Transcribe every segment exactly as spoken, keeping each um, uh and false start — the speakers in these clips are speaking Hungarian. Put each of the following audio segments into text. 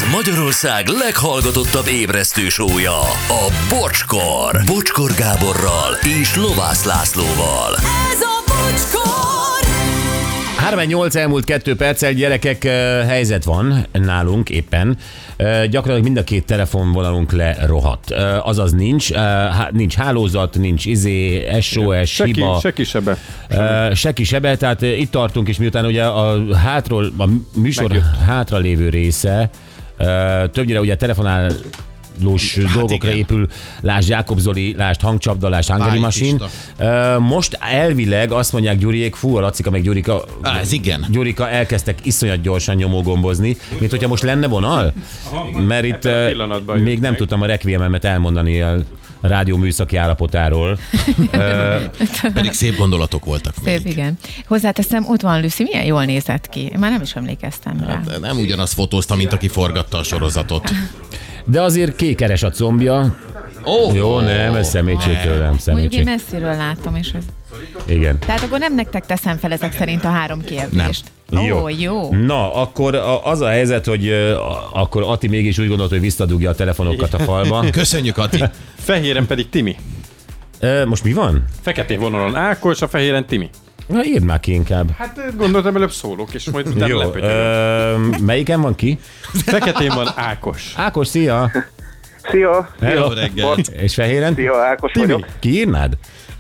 Ez Magyarország leghallgatottabb ébresztő show-ja, a Bocskor. Bocskor Gáborral és Lovász Lászlóval. Ez a Bocskor! három nyolc elmúlt kettő perccel, gyerekek, helyzet van nálunk éppen. Gyakorlatilag mind a két telefonvonalunk lerohadt. Azaz nincs, nincs hálózat, nincs izé, es o es, Seki, hiba. seki sebe. Seki sebe, tehát itt tartunk, és miután ugye a, hátról, a műsor Megjött. hátra lévő része többnyire ugye telefonál lós hát dolgokra igen. épül, lásd Jákob Zoli, lásd hangcsapda, lásd Hungary Machine. Uh, most elvileg azt mondják Gyuriék, fú, a Lacika meg Gyurika, Á, ez igen. Gyurika elkezdtek iszonyat gyorsan nyomógombozni, mint hogyha most lenne vonal, mert itt uh, még nem tudtam a requiememet elmondani a rádió műszaki állapotáról. uh, Pedig szép gondolatok voltak még. Szép, igen. Hozzáteszem, ott van Lucy, milyen jól nézett ki. Én már nem is emlékeztem rá. Hát, nem ugyanaz fotózta, mint aki forgatta a sorozatot. De azért kékeres a combja. Oh, Jó, nem, ez szemétség tőlem, Mondjuk én szemétség. messziről látom, és ez... Igen. Tehát akkor nem nektek teszem fel ezek szerint a három kérdést. Nem. Ó, Jó. jó. Na, akkor a- az a helyzet, hogy uh, akkor Ati mégis úgy gondolt, hogy visszadugja a telefonokat a falba. Köszönjük, Ati. Fehéren pedig Timi. Uh, most mi van? Feketén vonalon Ákos, a fehéren Timi. Na, írd már ki inkább. Hát gondoltam, előbb szólok, és majd utána Jó, lepődjön. uh, melyiken van ki? Feketén van Ákos. Ákos, szia! Szia! Hello. Jó reggelt. És fehéren? Szia, Ákos Timi. vagyok. Kiírnád?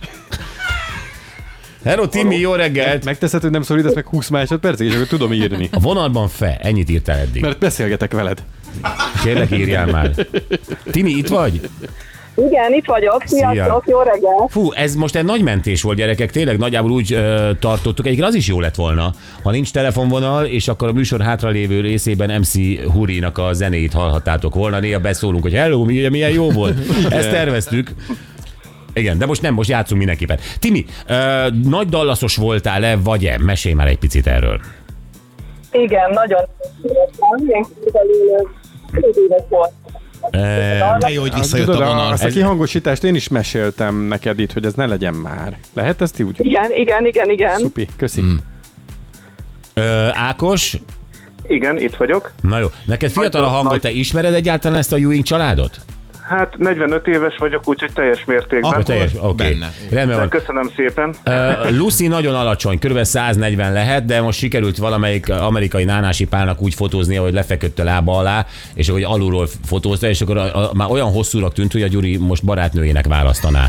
Hello, Timi, jó reggelt! Megteszed, hogy nem szólítasz meg húsz másodpercig, és akkor tudom írni. A vonalban fe, ennyit írtál eddig. Mert beszélgetek veled. Kérlek, írjál már. Timi, itt vagy? Igen, itt vagyok. Sziasztok, jó reggel! Fú, ez most egy nagy mentés volt, gyerekek, tényleg nagyjából úgy ö, tartottuk. Egyébként az is jó lett volna, ha nincs telefonvonal, és akkor a műsor hátralévő részében em cé Hurinak a zenéit hallhattátok volna. Néha beszólunk, hogy hello, milyen jó volt. Ezt terveztük. Igen, de most nem, most játszunk mindenképpen. Timi, ö, nagy dallaszos voltál-e, vagy-e? Mesélj már egy picit erről. Igen, nagyon én körülbelül két éves volt. De jó, hogy visszajött a Tudod, vonal. azt a kihangosítást én is meséltem neked itt, hogy ez ne legyen már. Lehet ezt úgy? Igen, igen, igen, igen. Szupi, köszi. Mm. Ö, Ákos? Igen, itt vagyok. Na jó, neked fiatal a hangod, te ismered egyáltalán ezt a Ewing családot? Hát negyvenöt éves vagyok, úgyhogy teljes mértékben. Akkor teljes, oké. Okay. benne. Rendben van. Köszönöm szépen. Uh, Lucy nagyon alacsony, kb. száznegyven lehet, de most sikerült valamelyik amerikai nánási pálnak úgy fotóznia, hogy lefeküdt a lába alá, és hogy alulról fotózta, és akkor a, a, már olyan hosszúnak tűnt, hogy a Gyuri most barátnőjének választaná.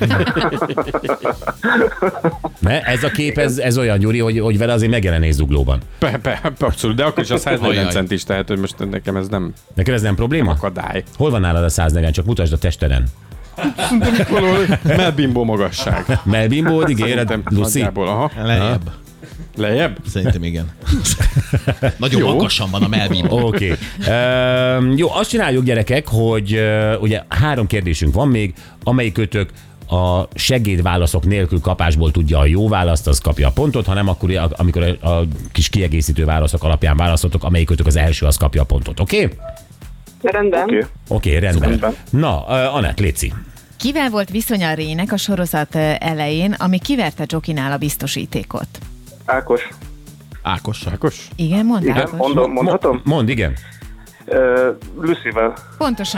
Ne? Ez a kép, ez, ez olyan, Gyuri, hogy, hogy vele azért megjelenés zuglóban. Pe, pe, abszolút, de akkor is a száznegyven Ajaj. centis, tehát hogy most nekem ez nem Neked ez nem probléma? akadály. Hol van nálad a száznegyven? Csak mutasd a testeden. Melbimbó magasság. Melbimbód, ígéred, Szerintem Lucy? nagyjából, aha. Lejjebb. Lejjebb? Szerintem igen. Nagyon Jó. magasan van a melbim. Oké. Okay. Um, jó, azt csináljuk, gyerekek, hogy uh, ugye három kérdésünk van még, amelyikőtök a segédválaszok nélkül kapásból tudja a jó választ, az kapja a pontot, ha nem, akkor a- amikor a, a kis kiegészítő válaszok alapján választotok, amelyikőtök az első, az kapja a pontot, oké? Okay? Rendben. Oké. Oké, okay, rendben. Rendben. Na, uh, Anett, léci. Kivel volt viszony a Rének a sorozat ö, elején, ami kiverte Jokinál a biztosítékot? Ákos. Ákos. Ákos? Igen, mondd Igen, Ákos. mondom, mondhatom? Mondd, igen. Uh, Lucyvel. Pontosan.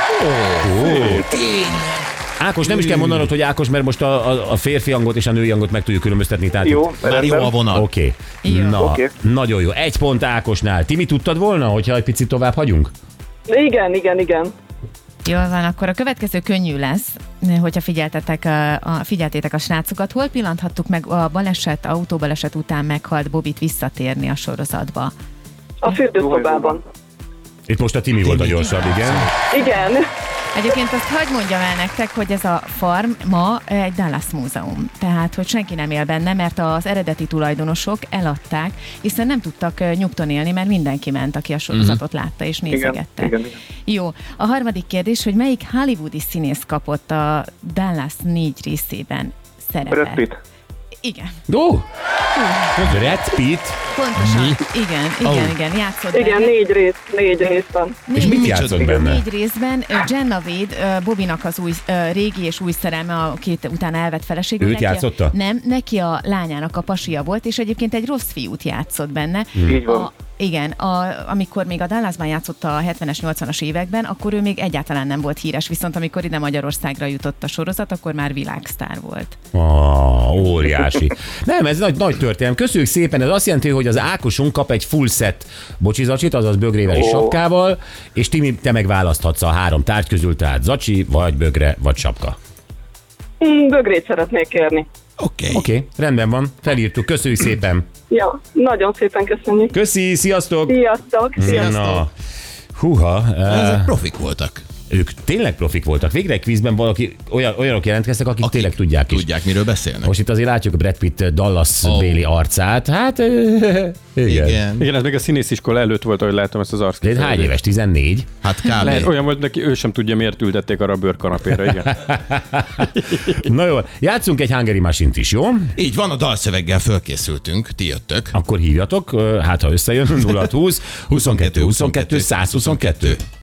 Ákos, nem is kell mondanod, hogy Ákos, mert most a, a, a férfi hangot és a női hangot meg tudjuk különböztetni. Tehát Jó, Már jó a vonal. Oké. Okay. Jó. Na, Oké. nagyon jó. Egy pont Ákosnál. Timi, tudtad volna, hogyha egy picit tovább hagyunk? Igen, igen, igen. Jól van, akkor a következő könnyű lesz, hogyha figyeltetek a, a, figyeltétek a srácokat. Hol pillanthattuk meg a baleset, autóbaleset után meghalt Bobit visszatérni a sorozatba? A fürdőszobában. Itt most a Timi volt a gyorsabb, igen. Igen. Egyébként azt hagyd mondjam el nektek, hogy ez a farm ma egy Dallas múzeum. Tehát, hogy senki nem él benne, mert az eredeti tulajdonosok eladták, hiszen nem tudtak ö, nyugton élni, mert mindenki ment, aki a sorozatot látta és nézegette. igen, igen. Jó. A harmadik kérdés, hogy melyik hollywoodi színész kapott a Dallas négy részében szerepet? Brad Pitt. Igen. Ó! Brad Pitt. Pontosan. Igen, igen, Oh. igen, játszott Igen, benne. négy rész, négy rész van. És mit játszott benne? Négy részben ö, Jenna Wade, ö, Bobinak az új, ö, régi és új szerelme, a két utána elvett feleségül. Őt Neki a- játszotta? Nem, neki a lányának a pasia volt, és egyébként egy rossz fiút játszott benne. Így van. A, igen, a, amikor még a Dallasban játszott a hetvenes, nyolcvanas években, akkor ő még egyáltalán nem volt híres, viszont amikor ide Magyarországra jutott a sorozat, akkor már világsztár volt. Ah, óriási. Nem, ez nagy, nagy történelem. Köszönjük szépen, ez azt jelenti, hogy az Ákosunk kap egy full set bocsizacsit, azaz bögrével és Ó. sapkával, és Timi, te megválaszthatsz a három tárgy közül, tehát zacsi, vagy bögre, vagy sapka. Mm, Bögrét szeretnék kérni. Oké. Okay. Oké, okay, rendben van, felírtuk, köszönjük szépen. Ja, nagyon szépen köszönjük. Köszi, sziasztok! Sziasztok! Sziasztok! Na, húha, Ezek uh, profik voltak. ők tényleg profik voltak. Végre egy kvízben valaki, olyan, olyanok jelentkeztek, akik, akik tényleg tudják is. Tudják, miről beszélnek. Most itt azért látjuk a Brad Pitt Dallas Ó. béli arcát. Hát, ö, igen. Igen. Igen, ez még a színésziskola előtt volt, ahogy látom ezt az De arckifejezést. hány éves? tizennégy? Hát kb. Lehet, olyan volt neki, ő sem tudja, miért ültették arra a bőrkanapéra, igen. Na jó, játszunk egy Hungary Machine-t is, jó? Így van, a dalszöveggel fölkészültünk, ti jöttök. Akkor hívjatok, hát ha összejön, nulla húsz, huszonkettő, huszonkettő, száz huszonkettő.